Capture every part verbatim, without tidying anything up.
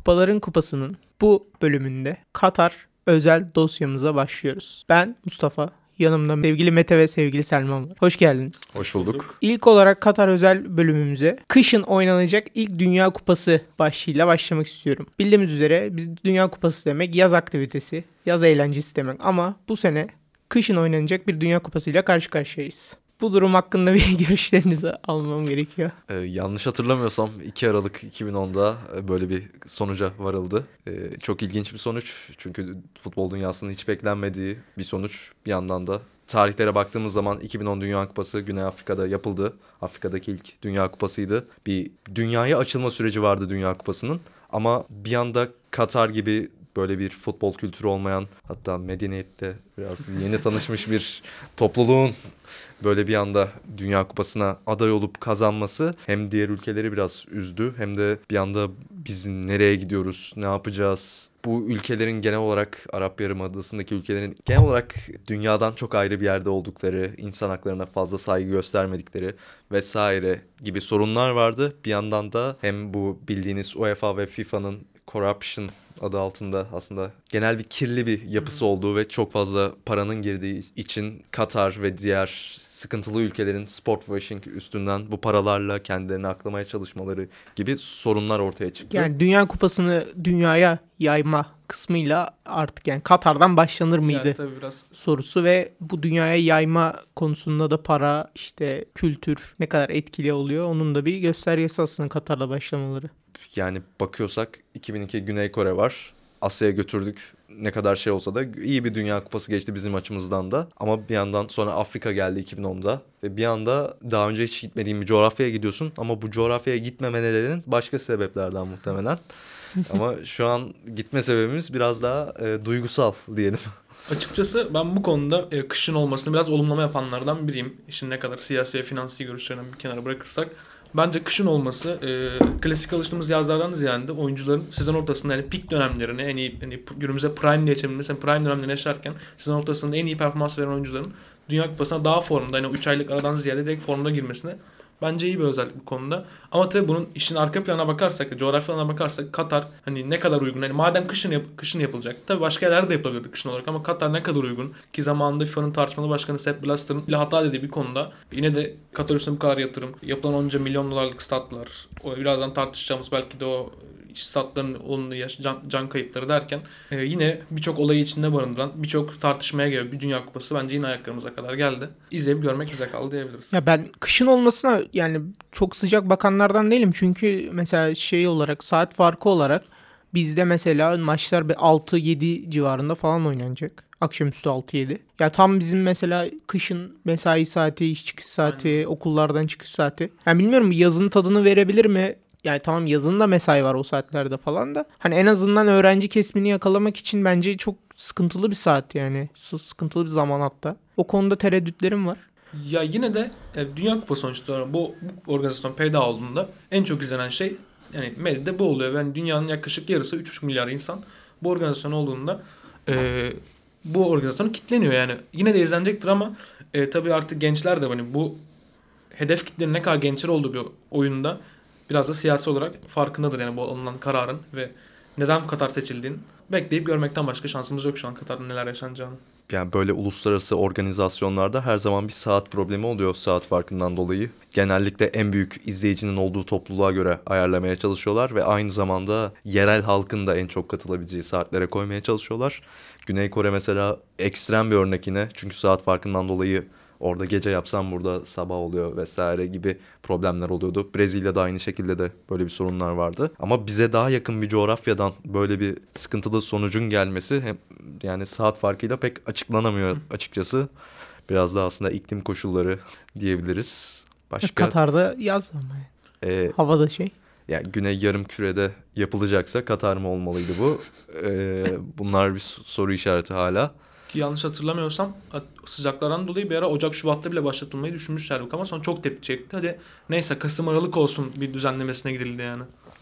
Kupaların Kupası'nın bu bölümünde Katar özel dosyamıza başlıyoruz. Ben Mustafa, yanımda sevgili Mete ve sevgili Selman var. Hoş geldiniz. Hoş bulduk. İlk olarak Katar özel bölümümüze kışın oynanacak ilk Dünya Kupası başlığıyla başlamak istiyorum. Bildiğimiz üzere biz Dünya Kupası demek yaz aktivitesi, yaz eğlencesi demek ama bu sene kışın oynanacak bir Dünya Kupası ile karşı karşıyayız. Bu durum hakkında bir görüşlerinizi almam gerekiyor. Ee, yanlış hatırlamıyorsam iki Aralık iki bin onda böyle bir sonuca varıldı. Ee, çok ilginç bir sonuç. Çünkü futbol dünyasının hiç beklenmediği bir sonuç. Bir yandan da tarihlere baktığımız zaman iki bin on Dünya Kupası Güney Afrika'da yapıldı. Afrika'daki ilk Dünya Kupası'ydı. Bir dünyaya açılma süreci vardı Dünya Kupası'nın. Ama bir anda Katar gibi böyle bir futbol kültürü olmayan, hatta medeniyette biraz yeni tanışmış bir topluluğun böyle bir anda Dünya Kupası'na aday olup kazanması hem diğer ülkeleri biraz üzdü hem de bir anda biz nereye gidiyoruz, ne yapacağız? Bu ülkelerin genel olarak Arap Yarımadası'ndaki ülkelerin genel olarak dünyadan çok ayrı bir yerde oldukları, insan haklarına fazla saygı göstermedikleri vesaire gibi sorunlar vardı. Bir yandan da hem bu bildiğiniz UEFA ve FIFA'nın corruption adı altında aslında genel bir kirli bir yapısı olduğu ve çok fazla paranın girdiği için Katar ve diğer sıkıntılı ülkelerin sport washing üstünden bu paralarla kendilerini aklamaya çalışmaları gibi sorunlar ortaya çıktı. Yani Dünya Kupası'nı dünyaya yayma kısmıyla artık yani Katar'dan başlanır mıydı yani tabii biraz sorusu ve bu dünyaya yayma konusunda da para, işte kültür ne kadar etkili oluyor onun da bir göstergesi aslında Katar'la başlamaları. Yani bakıyorsak iki bin iki Güney Kore var. Asya'ya götürdük. Ne kadar şey olsa da iyi bir Dünya Kupası geçti bizim açımızdan da. Ama bir yandan sonra Afrika geldi iki bin onda. Ve bir anda daha önce hiç gitmediğin bir coğrafyaya gidiyorsun. Ama bu coğrafyaya gitmeme nedenin başka sebeplerden muhtemelen. Ama şu an gitme sebebimiz biraz daha e, duygusal diyelim. Açıkçası ben bu konuda e, kışın olmasını biraz olumlama yapanlardan biriyim. İşin ne kadar siyasi ve finansi görüşlerini bir kenara bırakırsak. Bence kışın olması e, klasik alıştığımız yazlardan ziyade oyuncuların sezon ortasında yani peak dönemlerini en iyi hani günümüzde prime diye çevirmesi yani prime dönemlerini yaşarken sezon ortasında en iyi performans veren oyuncuların Dünya Kupası'na daha formda yani üç aylık aradan ziyade direkt formda girmesine bence iyi bir özellik bu konuda. Ama tabii bunun işin arka planına bakarsak, coğrafyalarına bakarsak Katar hani ne kadar uygun. Hani madem kışın yap- kışın yapılacak. Tabii başka yerlerde de yapılabilirdi kışın olarak ama Katar ne kadar uygun ki zamanında FIFA'nın tartışmalı başkanı Sepp Blatter'ın bile hata dediği bir konuda yine de Katar üstüne bu kadar yatırım, yapılan onca milyon dolarlık statlar, o birazdan tartışacağımız belki de o statların olumlu can, can kayıpları derken e, yine birçok olayı içinde barındıran, birçok tartışmaya gelen bir Dünya Kupası bence yine ayaklarımıza kadar geldi. İzleyip görmek bize kaldı diyebiliriz. Ya ben kışın olmasına yani çok sıcak bakanlardan değilim. Çünkü mesela şey olarak saat farkı olarak bizde mesela maçlar altı yedi civarında falan oynanacak. Akşamüstü altı yedi. Ya tam bizim mesela kışın mesai saati, iş çıkış saati, aynen, okullardan çıkış saati. Yani bilmiyorum yazın tadını verebilir mi? Yani tamam yazın da mesai var o saatlerde falan da. Hani en azından öğrenci kesimini yakalamak için bence çok sıkıntılı bir saat yani. Sıkıntılı bir zaman hatta. O konuda tereddütlerim var. Ya yine de yani Dünya Kupası sonuçta bu, bu organizasyon peydah olduğunda en çok izlenen şey yani medyada bu oluyor. Yani dünyanın yaklaşık yarısı üç buçuk milyar insan bu organizasyon olduğunda e, bu organizasyonu kitleniyor yani. Yine de izlenecektir ama e, tabii artık gençler de hani bu hedef kitlenin ne kadar gençler olduğu bir oyunda biraz da siyasi olarak farkındadır yani bu alınan kararın ve neden Katar seçildiğini bekleyip görmekten başka şansımız yok şu an Katar'da neler yaşanacağını. Yani böyle uluslararası organizasyonlarda her zaman bir saat problemi oluyor saat farkından dolayı. Genellikle en büyük izleyicinin olduğu topluluğa göre ayarlamaya çalışıyorlar ve aynı zamanda yerel halkın da en çok katılabileceği saatlere koymaya çalışıyorlar. Güney Kore mesela ekstrem bir örnek yine çünkü saat farkından dolayı orada gece yapsam burada sabah oluyor vesaire gibi problemler oluyordu. Brezilya'da aynı şekilde de böyle bir sorunlar vardı. Ama bize daha yakın bir coğrafyadan böyle bir sıkıntılı sonucun gelmesi hem yani saat farkıyla pek açıklanamıyor açıkçası. Biraz da aslında iklim koşulları diyebiliriz. Başka Katar'da yaz ama yani. Ee, havada şey. Yani Güney Yarımküre'de yapılacaksa Katar mı olmalıydı bu? Ee, bunlar bir soru işareti hala. Ki yanlış hatırlamıyorsam sıcaklardan dolayı bir ara Ocak Şubat'ta bile başlatılmayı düşünmüşlerdi ama sonra çok tepki çekti. Hadi neyse Kasım Aralık olsun bir düzenlemesine gidildi yani.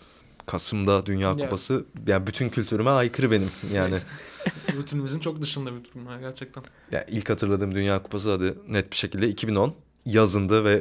Kasım'da Dünya Kupası yani, yani bütün kültürüme aykırı benim yani. Rutinimizin çok dışında bir durum gerçekten. Yani ilk hatırladığım Dünya Kupası hadi net bir şekilde iki bin on yazındı ve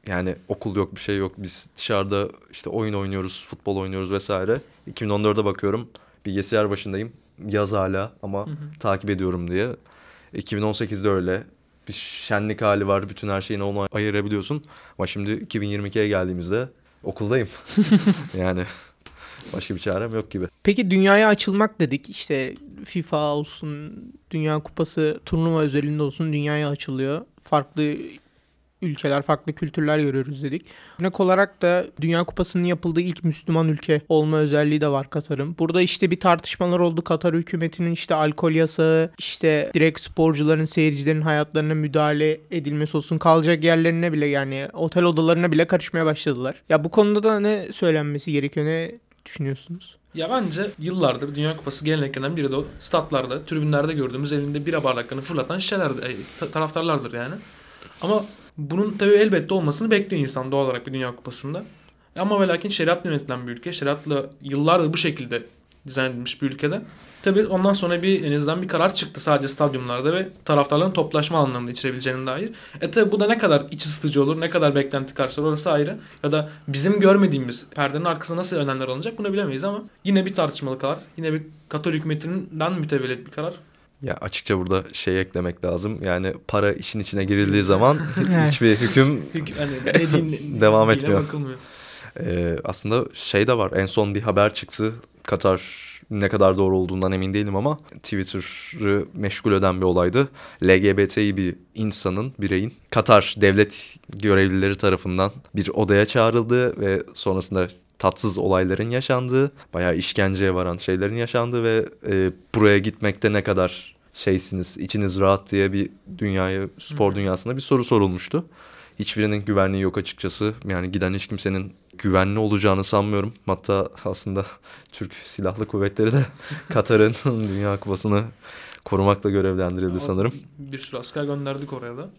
Yani okul yok, bir şey yok. Biz dışarıda işte oyun oynuyoruz, futbol oynuyoruz vesaire. iki bin on dörde bakıyorum. Bilgisayar başındayım. Yaz hala ama Hı hı. takip ediyorum diye. iki bin on sekizde öyle. Bir şenlik hali var. Bütün her şeyini ona ayırabiliyorsun. Ama şimdi iki bin yirmi ikiye geldiğimizde okuldayım. Yani başka bir çarem yok gibi. Peki dünyaya açılmak dedik. İşte FIFA olsun, Dünya Kupası turnuva özelinde olsun dünyaya açılıyor. Farklı ülkeler, farklı kültürler görüyoruz dedik. Örnek olarak da Dünya Kupası'nın yapıldığı ilk Müslüman ülke olma özelliği de var Katar'ın. Burada işte bir tartışmalar oldu. Katar hükümetinin işte alkol yasağı, işte direkt sporcuların, seyircilerin hayatlarına müdahale edilmesi olsun. Kalacak yerlerine bile, yani otel odalarına bile karışmaya başladılar. Ya bu konuda da ne söylenmesi gerekiyor, ne düşünüyorsunuz? Ya bence yıllardır Dünya Kupası geleneklerinden biri de o statlarda, tribünlerde gördüğümüz elinde bira bardaklarını fırlatan şişeler, e, ta- taraftarlardır yani. Ama bunun tabii elbette olmasını bekliyor insan doğal olarak bir Dünya Kupası'nda. Ama ve lakin şeriatla yönetilen bir ülke, şeriatla yıllardır bu şekilde dizayn edilmiş bir ülkede. Tabii ondan sonra bir en azından bir karar çıktı sadece stadyumlarda ve taraftarların toplaşma alanlarında içirebileceğine dair. E tabii bu da ne kadar iç ısıtıcı olur, ne kadar beklenti karşılar orası ayrı. Ya da bizim görmediğimiz perdenin arkasında nasıl önlemler alınacak bunu bilemeyiz ama yine bir tartışmalı karar. Yine bir Katolik hükümetinden mütevellit bir karar. Ya açıkça burada şey eklemek lazım. Yani para işin içine girildiği zaman Evet. hiçbir hüküm Hani ne din, Devam dine etmiyor. bakılmıyor. Ee, aslında şey de var. En son bir haber çıktı. Katar, ne kadar doğru olduğundan emin değilim ama Twitter'ı meşgul eden bir olaydı. L G B T bir insanın, bireyin Katar devlet görevlileri tarafından bir odaya çağrıldığı ve sonrasında tatsız olayların yaşandığı, bayağı işkenceye varan şeylerin yaşandığı ve e, buraya gitmekte ne kadar şeysiniz, içiniz rahat diye bir dünyaya, spor Hı. dünyasında bir soru sorulmuştu. Hiçbirinin güvenliği yok açıkçası. Yani giden hiç kimsenin güvenli olacağını sanmıyorum. Hatta aslında Türk Silahlı Kuvvetleri de Katar'ın Dünya Kupası'nı korumakla görevlendirildi sanırım. Bir sürü asker gönderdik oraya da.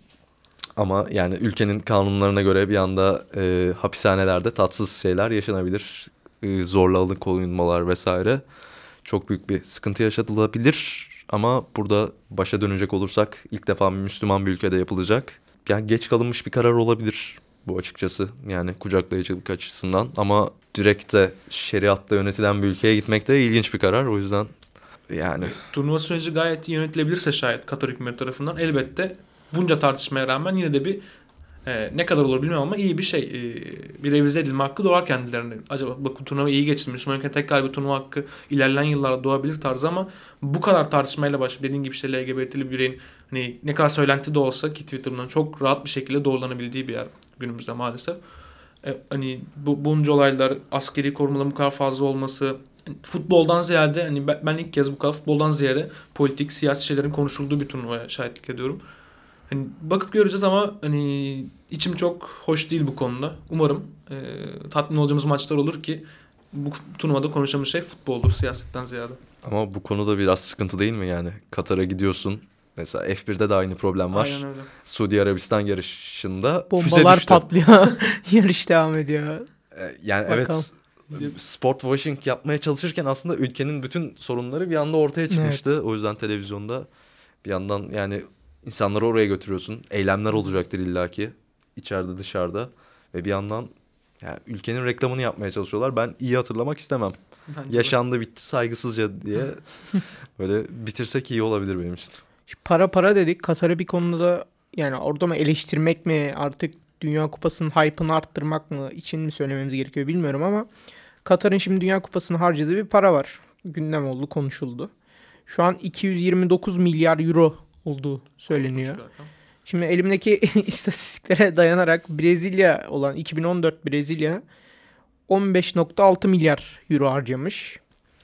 Ama yani ülkenin kanunlarına göre bir anda e, hapishanelerde tatsız şeyler yaşanabilir. E, zorla alıkonulmalar vesaire. Çok büyük bir sıkıntı yaşatılabilir. Ama burada başa dönecek olursak ilk defa Müslüman bir ülkede yapılacak. Yani geç kalınmış bir karar olabilir bu açıkçası. Yani kucaklayıcılık açısından. Ama direkt de şeriatla yönetilen bir ülkeye gitmek de ilginç bir karar. O yüzden yani... Turnuva süreci gayet iyi yönetilebilirse şayet Katar hükümeti tarafından elbette bunca tartışmaya rağmen yine de bir e, ne kadar olur bilmiyorum ama iyi bir şey. E, bir revize edilme hakkı doğar kendilerine. Acaba bakın turnuva iyi geçti. Müslüman ülke tekrar bir turnuva hakkı ilerleyen yıllarda doğabilir tarzı ama bu kadar tartışmayla başlayıp dediğin gibi işte L G B T'li bireyin hani ne kadar söylenti de olsa ki Twitter'dan çok rahat bir şekilde doğrulanabildiği bir yer günümüzde maalesef. E, hani bu bunca olaylar, askeri korumaların bu kadar fazla olması, futboldan ziyade hani ben ilk kez bu kadar futboldan ziyade politik, siyasi şeylerin konuşulduğu bir turnuvaya şahitlik ediyorum. Hani bakıp göreceğiz ama hani içim çok hoş değil bu konuda. Umarım e, tatmin olacağımız maçlar olur ki bu turnuvada konuşacağımız şey futboldur siyasetten ziyade. Ama bu konuda biraz sıkıntı değil mi yani? Katar'a gidiyorsun. Mesela F birde de aynı problem var. Aynen öyle. Suudi Arabistan yarışında füze Bombalar düştü. patlıyor. Yarış devam ediyor. Ee, Yani Bakalım. evet, sport washing yapmaya çalışırken aslında ülkenin bütün sorunları bir anda ortaya çıkmıştı. Evet. O yüzden televizyonda bir yandan yani insanları oraya götürüyorsun. Eylemler olacaktır illaki içeride dışarıda ve bir yandan yani ülkenin reklamını yapmaya çalışıyorlar. Ben iyi hatırlamak istemem. Bence de. Yaşandı bitti saygısızca diye böyle bitirsek iyi olabilir benim için. Şu para para dedik. Katar'ı bir konuda da yani orada mı eleştirmek mi, artık Dünya Kupası'nın hype'ını arttırmak mı için mi söylememiz gerekiyor bilmiyorum ama Katar'ın şimdi Dünya Kupası'nı harcadığı bir para var. Gündem oldu, konuşuldu. Şu an iki yüz yirmi dokuz milyar euro olduğu söyleniyor. Şimdi elimdeki istatistiklere dayanarak Brezilya olan iki bin on dört Brezilya on beş nokta altı milyar euro harcamış.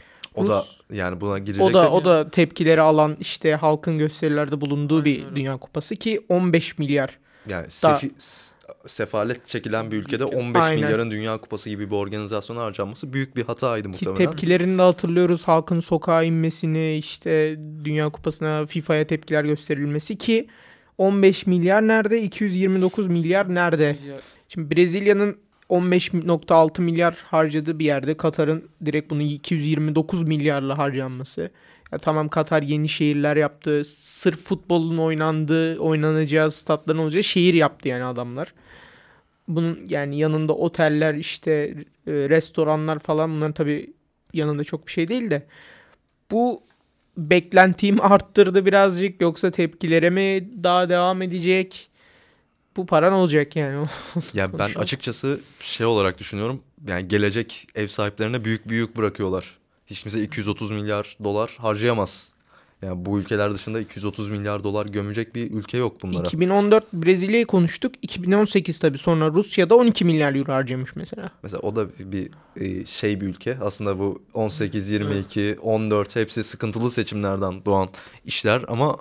O da Rus- yani buna gireceksek O da o da tepkileri alan, işte halkın gösterilerde bulunduğu Aynen bir öyle. Dünya Kupası ki on beş milyar. yani sefi, s- sefalet çekilen bir ülkede on beş Aynen. milyarın Dünya Kupası gibi bir organizasyona harcanması büyük bir hataydı Ki muhtemelen. tepkilerini de hatırlıyoruz. Halkın sokağa inmesini, işte Dünya Kupası'na, FIFA'ya tepkiler gösterilmesi ki on beş milyar nerede? iki yüz yirmi dokuz milyar nerede? Ya, Şimdi Brezilya'nın on beş nokta altı milyar harcadığı bir yerde Katar'ın direkt bunu iki yüz yirmi dokuz milyarla harcanması. Ya tamam, Katar yeni şehirler yaptı. Sırf futbolun oynandığı, oynanacağı statların olacağı şehir yaptı yani adamlar. bunun yani yanında oteller işte e, restoranlar falan bunların tabii yanında çok bir şey değil de bu beklentiyi mi arttırdı birazcık yoksa tepkilere mi daha devam edecek? Bu para ne olacak yani? Ya ben Konuşalım. açıkçası şey olarak düşünüyorum. Yani gelecek ev sahiplerine büyük bir yük bırakıyorlar. Hiç kimse iki yüz otuz milyar dolar harcayamaz. Yani bu ülkeler dışında iki yüz otuz milyar dolar gömecek bir ülke yok bunlara. iki bin on dört Brezilya'yı konuştuk. iki bin on sekiz tabii sonra Rusya'da on iki milyar euro harcamış mesela. Mesela o da bir e, şey bir ülke. Aslında bu on sekiz, yirmi iki, on dört hepsi sıkıntılı seçimlerden doğan işler ama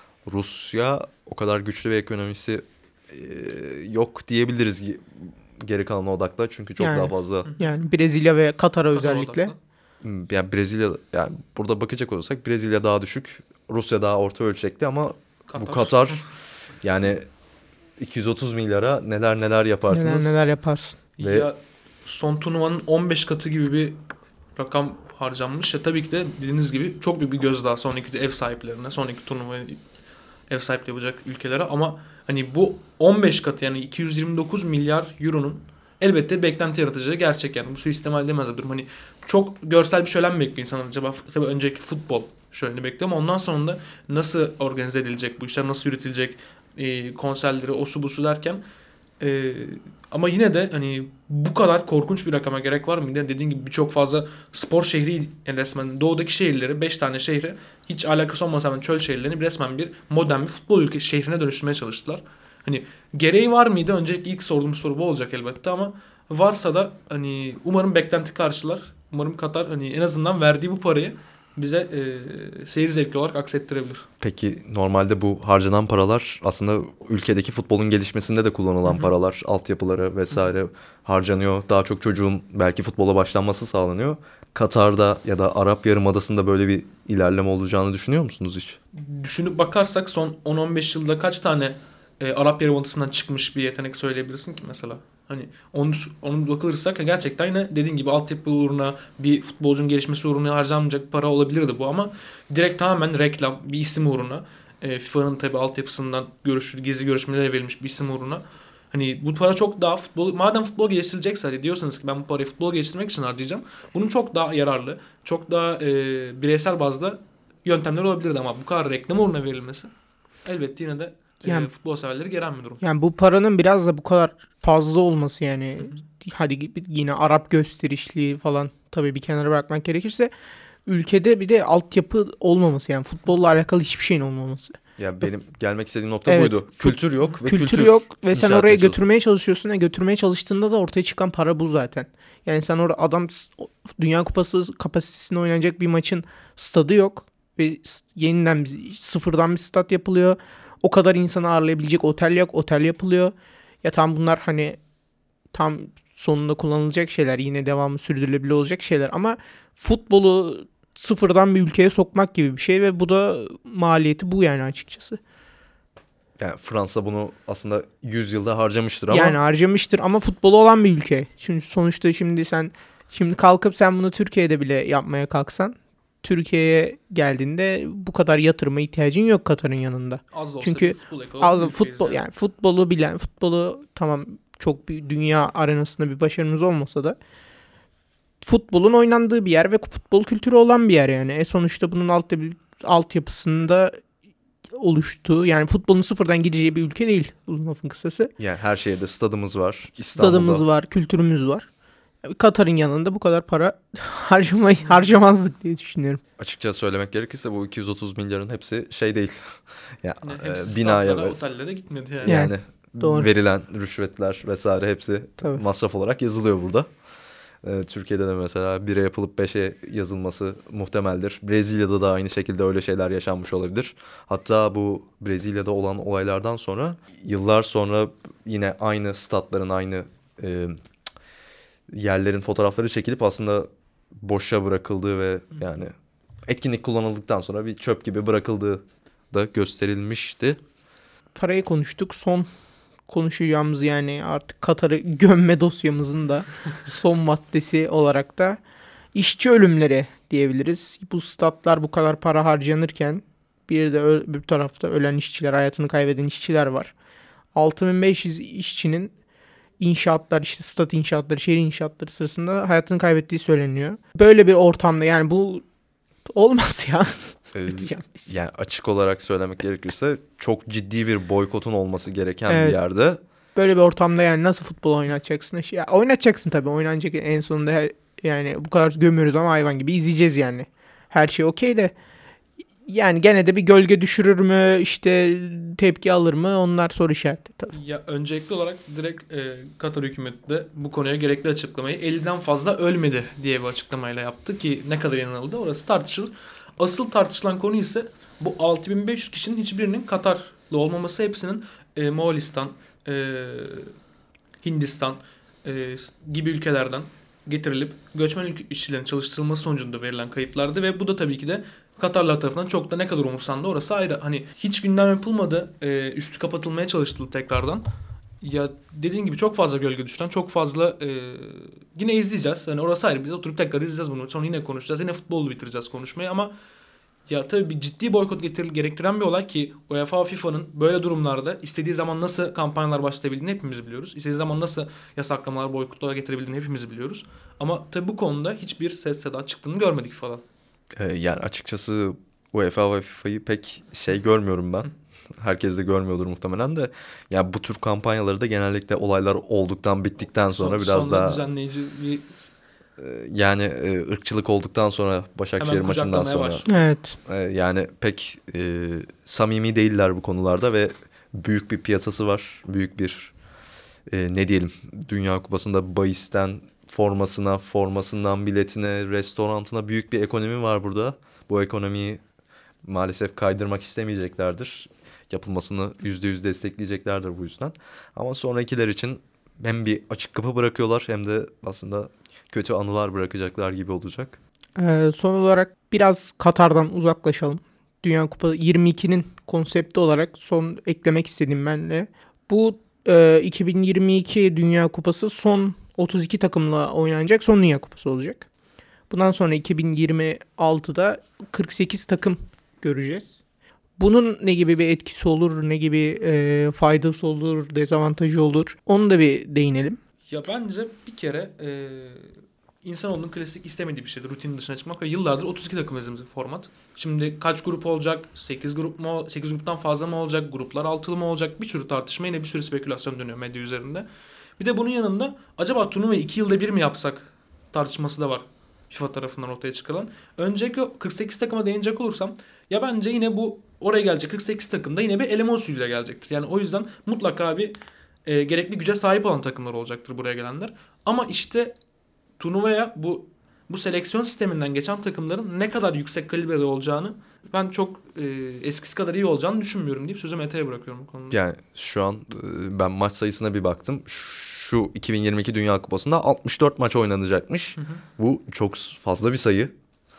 Rusya o kadar güçlü bir ekonomisi e, yok diyebiliriz ge- geri kalan odakla. Çünkü çok Yani. daha fazla Yani Brezilya ve Katar'a Katar özellikle. odaklı. Hmm, yani Brezilya, yani burada bakacak olursak Brezilya daha düşük, Rusya daha orta ölçekli ama Katar. bu Katar yani iki yüz otuz milyara neler neler yaparsınız. Neler neler yaparsın. Ve- Ya son turnuvanın on beş katı gibi bir rakam harcanmış. Ya tabii ki de dediğiniz gibi çok büyük bir gözdağı sonraki ev sahiplerine, sonraki turnuvayı ev sahipliği yapacak ülkelere ama hani bu on beş katı yani iki yüz yirmi dokuz milyar euronun elbette beklenti yaratacağı gerçek yani. Bu suistimal edemez bir durum. Hani çok görsel bir şölen bekliyor insanlar. Acaba tabii önceki futbol şöleni bekliyor ama ondan sonra da nasıl organize edilecek bu işler, nasıl yürütülecek, e, konserleri, osu busu derken e, ama yine de hani bu kadar korkunç bir rakama gerek var mı? Yine dediğin gibi birçok fazla spor şehri yani resmen doğudaki şehirleri beş tane şehri hiç alakası olmasa rağmen çöl şehirlerini resmen bir modern bir futbol ülke şehrine dönüştürmeye çalıştılar. Hani gereği var mıydı? Öncelikle ilk sorduğum soru bu olacak elbette ama varsa da hani umarım beklenti karşılar. Umarım Katar hani en azından verdiği bu parayı bize e, seyir zevki olarak aksettirebilir. Peki normalde bu harcanan paralar aslında ülkedeki futbolun gelişmesinde de kullanılan Hı hı. paralar, altyapıları vesaire harcanıyor. Daha çok çocuğun belki futbola başlanması sağlanıyor. Katar'da ya da Arap Yarımadası'nda böyle bir ilerleme olacağını düşünüyor musunuz hiç? Düşünüp bakarsak son on on beş yılda kaç tane e, Arap Yarımadası'ndan çıkmış bir yetenek söyleyebilirsin ki mesela? Hani onu, onu bakılırsak gerçekten yine dediğin gibi altyapı uğruna bir futbolcunun gelişmesi uğruna harcanmayacak para olabilirdi bu ama direkt tamamen reklam bir isim uğruna e, FIFA'nın tabii altyapısından görüşür, gezi görüşmelere verilmiş bir isim uğruna hani bu para çok daha futbol madem futbol geliştirilecekse hadi diyorsanız ki ben bu parayı futbol geliştirmek için harcayacağım. Bunun çok daha yararlı, çok daha e, bireysel bazda yöntemler olabilirdi ama bu kadar reklam uğruna verilmesi elbette yine de Yani- e, futbol severleri geren bir durum. Yani bu paranın biraz da bu kadar fazla olması yani hadi yine Arap gösterişliği falan tabii bir kenara bırakmak gerekirse ülkede bir de altyapı olmaması yani futbolla alakalı hiçbir şeyin olmaması. Ya benim gelmek istediğim nokta Evet, buydu. fut- Kültür yok ve Kültür, kültür yok ve sen inşa oraya etmeye çalışıyor. götürmeye çalışıyorsun ve götürmeye çalıştığında da ortaya çıkan para bu zaten. Yani sen orada adam s- Dünya Kupası kapasitesinde oynanacak bir maçın stadı yok ve s- yeniden bir, sıfırdan bir stat yapılıyor. O kadar insanı ağırlayabilecek otel yok, otel yapılıyor. Ya tam bunlar hani tam sonunda kullanılacak şeyler, yine devamı sürdürülebilir olacak şeyler ama futbolu sıfırdan bir ülkeye sokmak gibi bir şey ve bu da maliyeti bu yani açıkçası. Yani Fransa bunu aslında yüz yılda harcamıştır ama Yani harcamıştır ama futbolu olan bir ülke. Çünkü sonuçta şimdi sen şimdi kalkıp sen bunu Türkiye'de bile yapmaya kalksan Türkiye'ye geldiğinde bu kadar yatırıma ihtiyacın yok Katar'ın yanında. Az da olsa Çünkü bir futbol ekolu Az bir ülkeyiz futbol yani futbolu bilen futbolu tamam çok bir dünya arenasında bir başarımız olmasa da futbolun oynandığı bir yer ve futbol kültürü olan bir yer yani. E sonuçta bunun alt altyapısında oluştuğu yani futbolun sıfırdan gireceği bir ülke değil uzun lafın kısası. yani her şehirde stadımız var. İstanbul'da Stadımız var, kültürümüz var. Katar'ın yanında bu kadar para harcamayı harcamazdık diye düşünüyorum. açıkça söylemek gerekirse bu iki yüz otuz milyarın hepsi şey değil. ya Yani e, hepsi binaya statlara, ve- otellere gitmedi yani. Yani, yani doğru. verilen rüşvetler vesaire hepsi Tabii. masraf olarak yazılıyor burada. Ee, Türkiye'de de mesela bire yapılıp beşe yazılması muhtemeldir. Brezilya'da da aynı şekilde öyle şeyler yaşanmış olabilir. Hatta bu Brezilya'da olan olaylardan sonra yıllar sonra yine aynı statların aynı e, yerlerin fotoğrafları çekilip aslında boşa bırakıldığı ve yani etkinlik kullanıldıktan sonra bir çöp gibi bırakıldığı da gösterilmişti. Parayı konuştuk. Son konuşacağımız yani artık Katar'ı gömme dosyamızın da son maddesi olarak da işçi ölümleri diyebiliriz. Bu statlar bu kadar para harcanırken bir de ö- bir tarafta ölen işçiler, hayatını kaybeden işçiler var. altı bin beş yüz işçinin inşaatlar, işte stat inşaatları, şehir inşaatları sırasında hayatını kaybettiği söyleniyor. Böyle bir ortamda yani bu olmaz ya. Ee, yani açık olarak söylemek gerekirse çok ciddi bir boykotun olması gereken evet. bir yerde. Böyle bir ortamda yani nasıl futbol oynatacaksın? Ya oynatacaksın tabii. Oynanacak en sonunda yani bu kadar gömüyoruz ama hayvan gibi izleyeceğiz yani. Her şey okey de yani gene de bir gölge düşürür mü? İşte tepki alır mı? Onlar soru işareti tabii. Ya öncelikli olarak direkt e, Katar hükümeti de bu konuya gerekli açıklamayı elliden fazla ölmedi diye bir açıklamayla yaptı ki ne kadar inanıldı orası tartışılır. Asıl tartışılan konu ise bu altı bin beş yüz kişinin hiçbirinin Katarlı olmaması, hepsinin e, Moğolistan, e, Hindistan e, gibi ülkelerden getirilip göçmen işçilerin çalıştırılması sonucunda verilen kayıplardı ve bu da tabii ki de Katarlar tarafından çok da ne kadar umursandı orası ayrı. Hani hiç gündem yapılmadı, e, üstü kapatılmaya çalışıldı tekrardan. Ya dediğin gibi çok fazla gölge düşüren, çok fazla e, yine izleyeceğiz. Hani orası ayrı. Biz oturup tekrar izleyeceğiz bunu. Sonra yine konuşacağız. Yine futbolu bitireceğiz konuşmayı ama ya tabii bir ciddi boykot getir- gerektiren bir olay ki UEFA, FIFA'nın böyle durumlarda istediği zaman nasıl kampanyalar başlatabildiğini hepimiz biliyoruz. İstediği zaman nasıl yasaklamalar, boykotlara getirebildiğini hepimiz biliyoruz. Ama tabii bu konuda hiçbir ses seda çıktığını görmedik falan. Ee, yani açıkçası UEFA ve FIFA'yı pek şey görmüyorum ben. Herkes de görmüyordur muhtemelen de. Yani bu tür kampanyaları da genellikle olaylar olduktan bittikten sonra Son, biraz daha düzenleyici bir... yani ırkçılık olduktan sonra Başakşehir maçından sonra başladı. Evet. Yani pek e, samimi değiller bu konularda ve büyük bir piyasası var. Büyük bir e, ne diyelim Dünya Kupası'nda bahisten formasına, formasından biletine, restorantına büyük bir ekonomi var burada. Bu ekonomiyi maalesef kaydırmak istemeyeceklerdir. Yapılmasını yüzde yüz destekleyeceklerdir bu yüzden. Ama sonrakiler için hem bir açık kapı bırakıyorlar hem de aslında kötü anılar bırakacaklar gibi olacak. Ee, son olarak biraz Katar'dan uzaklaşalım. Dünya Kupası yirmi ikinin konsepti olarak son eklemek istediğim ben de. Bu e, iki bin yirmi iki Dünya Kupası son otuz iki takımla oynanacak son Dünya Kupası olacak. Bundan sonra iki bin yirmi altıda kırk sekiz takım göreceğiz. Bunun ne gibi bir etkisi olur, ne gibi e, faydası olur, dezavantajı olur onu da bir değinelim. Ya bence bir kere e, insanoğlunun klasik istemediği bir şeydir. Rutinin dışına çıkmak ve yıllardır otuz iki takım izlediğimiz format. Şimdi kaç grup olacak? sekiz grup mu? sekiz gruptan fazla mı olacak? Gruplar altılı mı olacak? Bir sürü tartışma, yine bir sürü spekülasyon dönüyor medya üzerinde. Bir de bunun yanında acaba turnuvayı iki yılda bir mi yapsak tartışması da var FIFA tarafından ortaya çıkarılan. Önceki kırk sekiz takıma değinecek olursam ya bence yine bu oraya gelecek kırk sekiz takımda yine bir eleme usulüyle gelecektir. Yani o yüzden mutlaka bir e, gerekli güce sahip olan takımlar olacaktır buraya gelenler. Ama işte turnuvaya bu bu seleksiyon sisteminden geçen takımların ne kadar yüksek kalibrede olacağını ben çok e, eskisi kadar iyi olacağını düşünmüyorum deyip sözü Mete'ye bırakıyorum bu konuda. Yani şu an e, ben maç sayısına bir baktım. Şu iki bin yirmi iki Dünya Kupası'nda altmış dört maç oynanacakmış. Hı hı. Bu çok fazla bir sayı.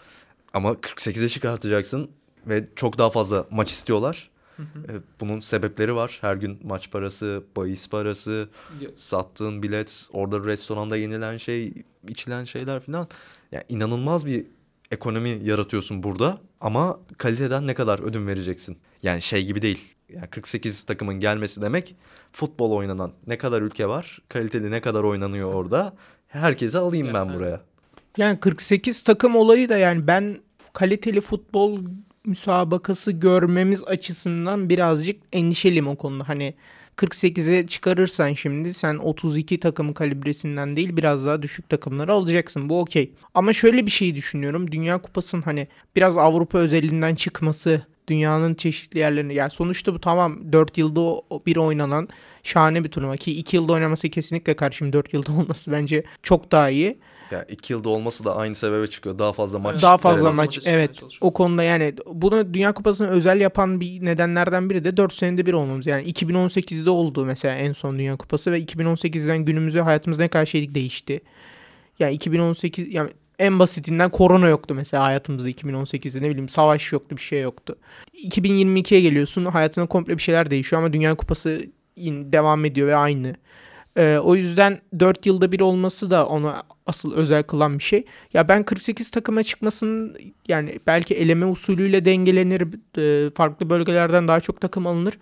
Ama kırk sekize çıkartacaksın ve çok daha fazla maç istiyorlar. Hı hı. Bunun sebepleri var. Her gün maç parası, bahis parası, ya. sattığın bilet, orada restoranda yenilen şey, içilen şeyler falan. Yani inanılmaz bir ekonomi yaratıyorsun burada. Ama kaliteden ne kadar ödün vereceksin? Yani şey gibi değil. Yani kırk sekiz takımın gelmesi demek futbol oynanan ne kadar ülke var, kaliteli ne kadar oynanıyor orada. Herkese alayım yani, ben buraya. Yani kırk sekiz takım olayı da yani ben kaliteli futbol müsabakası görmemiz açısından birazcık endişeliyim o konuda. Hani kırk sekize çıkarırsan şimdi sen otuz iki takım kalibresinden değil biraz daha düşük takımları alacaksın. Bu okey. Ama şöyle bir şey düşünüyorum. Dünya Kupası'nın hani biraz Avrupa özelinden çıkması, dünyanın çeşitli yerlerine. Yani sonuçta bu tamam dört yılda bir oynanan şahane bir turnuva ki iki yılda oynaması kesinlikle karşıyım. dört yılda olması bence çok daha iyi. Yani iki yılda olması da aynı sebebe çıkıyor. Daha fazla maç. Daha fazla evet. maç. Evet. O konuda yani bunu Dünya Kupası'nı özel yapan bir nedenlerden biri de dört senede bir olmamız. Yani iki bin on sekizde oldu mesela en son Dünya Kupası ve iki bin on sekizden günümüze hayatımızda ne kadar şeylik değişti. Yani iki bin on sekiz yani en basitinden korona yoktu mesela hayatımızda iki bin on sekizde, ne bileyim savaş yoktu, bir şey yoktu. iki bin yirmi ikiye geliyorsun, hayatında komple bir şeyler değişiyor ama Dünya Kupası devam ediyor ve aynı. Ee, o yüzden dört yılda bir olması da onu asıl özel kılan bir şey. Ya ben kırk sekiz takıma çıkmasının yani belki eleme usulüyle dengelenir, e, farklı bölgelerden daha çok takım alınır.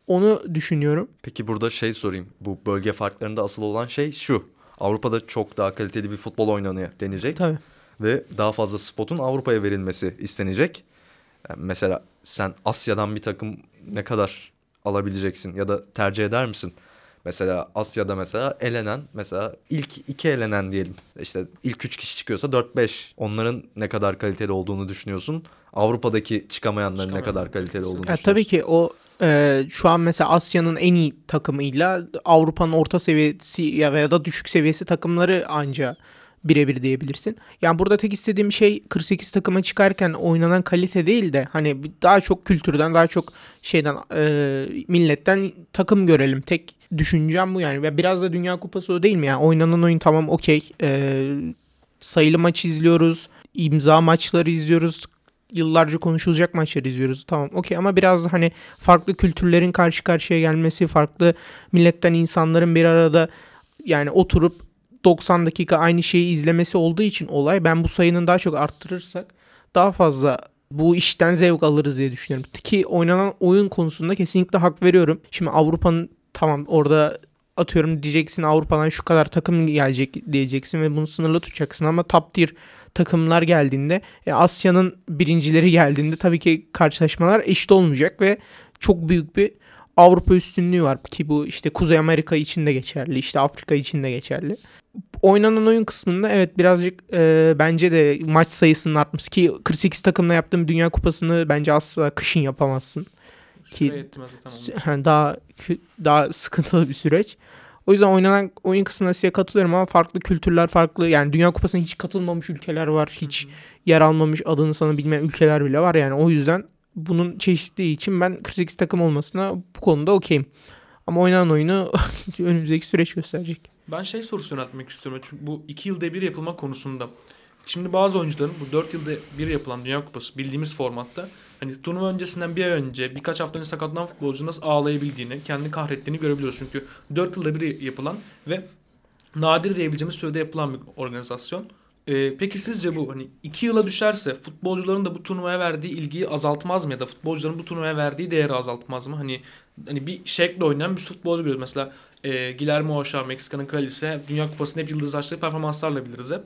Onu düşünüyorum. Peki burada şey sorayım. Bu bölge farklarında asıl olan şey şu. Avrupa'da çok daha kaliteli bir futbol oynanıyor denecek. Tabii. Ve daha fazla spotun Avrupa'ya verilmesi istenecek. Yani mesela sen Asya'dan bir takım ne kadar alabileceksin ya da tercih eder misin? Mesela Asya'da mesela elenen, mesela ilk iki elenen diyelim. İşte ilk üç kişi çıkıyorsa dört beş. Onların ne kadar kaliteli olduğunu düşünüyorsun. Avrupa'daki çıkamayanların ne Çıkamayan. kadar kaliteli olduğunu Ya düşünüyorsun. tabii ki o e, şu an mesela Asya'nın en iyi takımıyla Avrupa'nın orta seviyesi ya veya da düşük seviyesi takımları anca birebir diyebilirsin. Yani burada tek istediğim şey kırk sekiz takıma çıkarken oynanan kalite değil de hani daha çok kültürden, daha çok şeyden, e, milletten takım görelim. Tek düşüncem bu yani. Ve biraz da Dünya Kupası o değil mi? Yani oynanan oyun tamam okey. E, sayılı maç izliyoruz. İmza maçları izliyoruz. Yıllarca konuşulacak maçları izliyoruz. Tamam okey ama biraz da hani farklı kültürlerin karşı karşıya gelmesi, farklı milletten insanların bir arada yani oturup doksan dakika aynı şeyi izlemesi olduğu için olay, ben bu sayının daha çok arttırırsak daha fazla bu işten zevk alırız diye düşünüyorum. Ki oynanan oyun konusunda kesinlikle hak veriyorum. Şimdi Avrupa'nın tamam orada atıyorum diyeceksin Avrupa'dan şu kadar takım gelecek diyeceksin ve bunu sınırlı tutacaksın ama top tier takımlar geldiğinde, e, Asya'nın birincileri geldiğinde tabii ki karşılaşmalar eşit olmayacak ve çok büyük bir Avrupa üstünlüğü var ki bu işte Kuzey Amerika için de geçerli, işte Afrika için de geçerli. Oynanan oyun kısmında evet birazcık e, bence de maç sayısının artması ki kırk sekiz takımla yaptığım Dünya Kupası'nı bence asla kışın yapamazsın. Ki Süre yetmez tamam. yani daha daha sıkıntılı bir süreç. O yüzden oynanan oyun kısmına size katılıyorum ama farklı kültürler, farklı yani Dünya Kupası'na hiç katılmamış ülkeler var. Hiç yer almamış, adını sana bilmeyen ülkeler bile var yani. O yüzden bunun çeşitliliği için ben kırk sekiz takım olmasına bu konuda okeyim. Ama oynanan oyunu önümüzdeki süreç gösterecek. Ben şey sorusu yöneltmek istiyorum. Çünkü bu iki yılda bir yapılma konusunda. Şimdi bazı oyuncuların bu dört yılda bir yapılan Dünya Kupası bildiğimiz formatta hani turnuva öncesinden bir ay önce birkaç hafta önce sakatlanan futbolcu nasıl ağlayabildiğini, kendini kahrettiğini görebiliyoruz. Çünkü dört yılda bir yapılan ve nadir diyebileceğimiz sürede yapılan bir organizasyon. Ee, peki sizce bu hani iki yıla düşerse futbolcuların da bu turnuvaya verdiği ilgiyi azaltmaz mı ya da futbolcuların bu turnuvaya verdiği değeri azaltmaz mı? Hani hani bir şekle oynayan bir futbolcu görüyoruz. Mesela e, Guillermo Ochoa, Meksika'nın kraliçesi, Dünya Kupası'nda hep yıldızlaştığı performanslarla biliriz hep.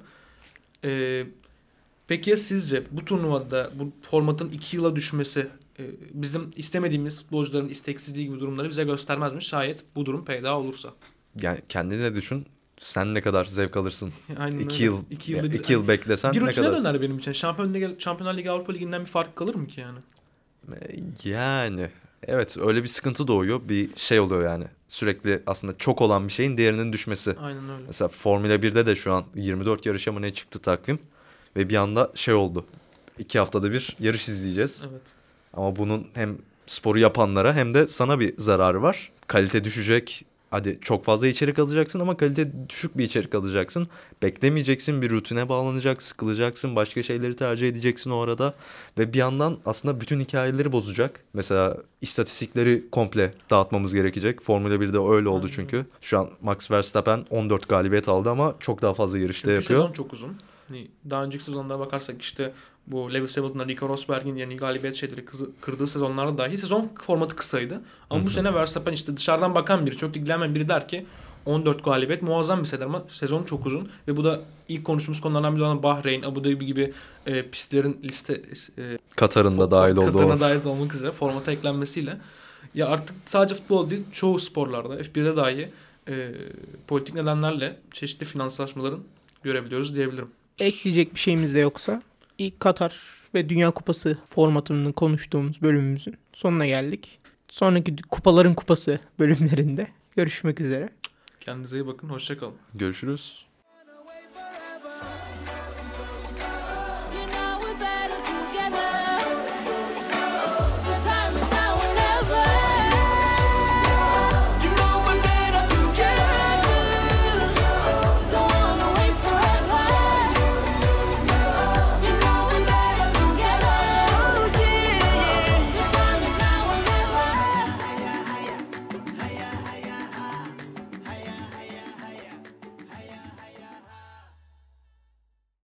E, peki ya sizce bu turnuvada bu formatın iki yıla düşmesi e, bizim istemediğimiz futbolcuların isteksizliği gibi durumları bize göstermez mi? Şayet bu durum peyda olursa. Yani kendine düşün. Sen ne kadar zevk alırsın? Aynen iki öyle. yıl, iki ya yılda iki yıl beklesen bir ne rutine kadar? döner benim için. Şampiyon Ligi, Şampiyonlar Ligi, Avrupa Ligi'nden bir fark kalır mı ki yani? Yani evet öyle bir sıkıntı doğuyor. Bir şey oluyor yani. Sürekli aslında çok olan bir şeyin değerinin düşmesi. Aynen öyle. Mesela Formula birde de şu an yirmi dört yarışa mı ne çıktı takvim. Ve bir anda şey oldu. iki haftada bir yarış izleyeceğiz. Evet. Ama bunun hem sporu yapanlara hem de sana bir zararı var. Kalite düşecek. Hadi çok fazla içerik alacaksın ama kalite düşük bir içerik alacaksın. Beklemeyeceksin, bir rutine bağlanacak, sıkılacaksın, başka şeyleri tercih edeceksin o arada. Ve bir yandan aslında bütün hikayeleri bozacak. Mesela istatistikleri komple dağıtmamız gerekecek. Formula birde öyle oldu çünkü. Şu an Max Verstappen on dört galibiyet aldı ama çok daha fazla yarışta Çünkü yapıyor. sezon çok uzun. Hani daha önceki sezonlara bakarsak işte bu Lewis Hamilton'la Nico Rosberg'in yani galibiyet şeyleri kırdığı sezonlarda dahi sezon formatı kısaydı. Ama bu sene Verstappen işte dışarıdan bakan biri, çok ilgilenmeyen biri der ki on dört galibiyet muazzam bir sezon ama sezon çok uzun ve bu da ilk konuştuğumuz konulardan biri olan Bahreyn, Abu Dhabi gibi e, pistlerin liste e, Katar'ın da fo- dahil oldu. Katar'ına dahil olmak üzere formata eklenmesiyle ya artık sadece futbol değil çoğu sporlarda F bir'de dahi e, politik nedenlerle çeşitli finanslaşmaların görebiliyoruz diyebilirim. Ekleyecek bir şeyimiz de yoksa ilk Katar ve Dünya Kupası formatını konuştuğumuz bölümümüzün sonuna geldik. Sonraki kupaların kupası bölümlerinde görüşmek üzere. Kendinize iyi bakın. Hoşça kalın. Görüşürüz.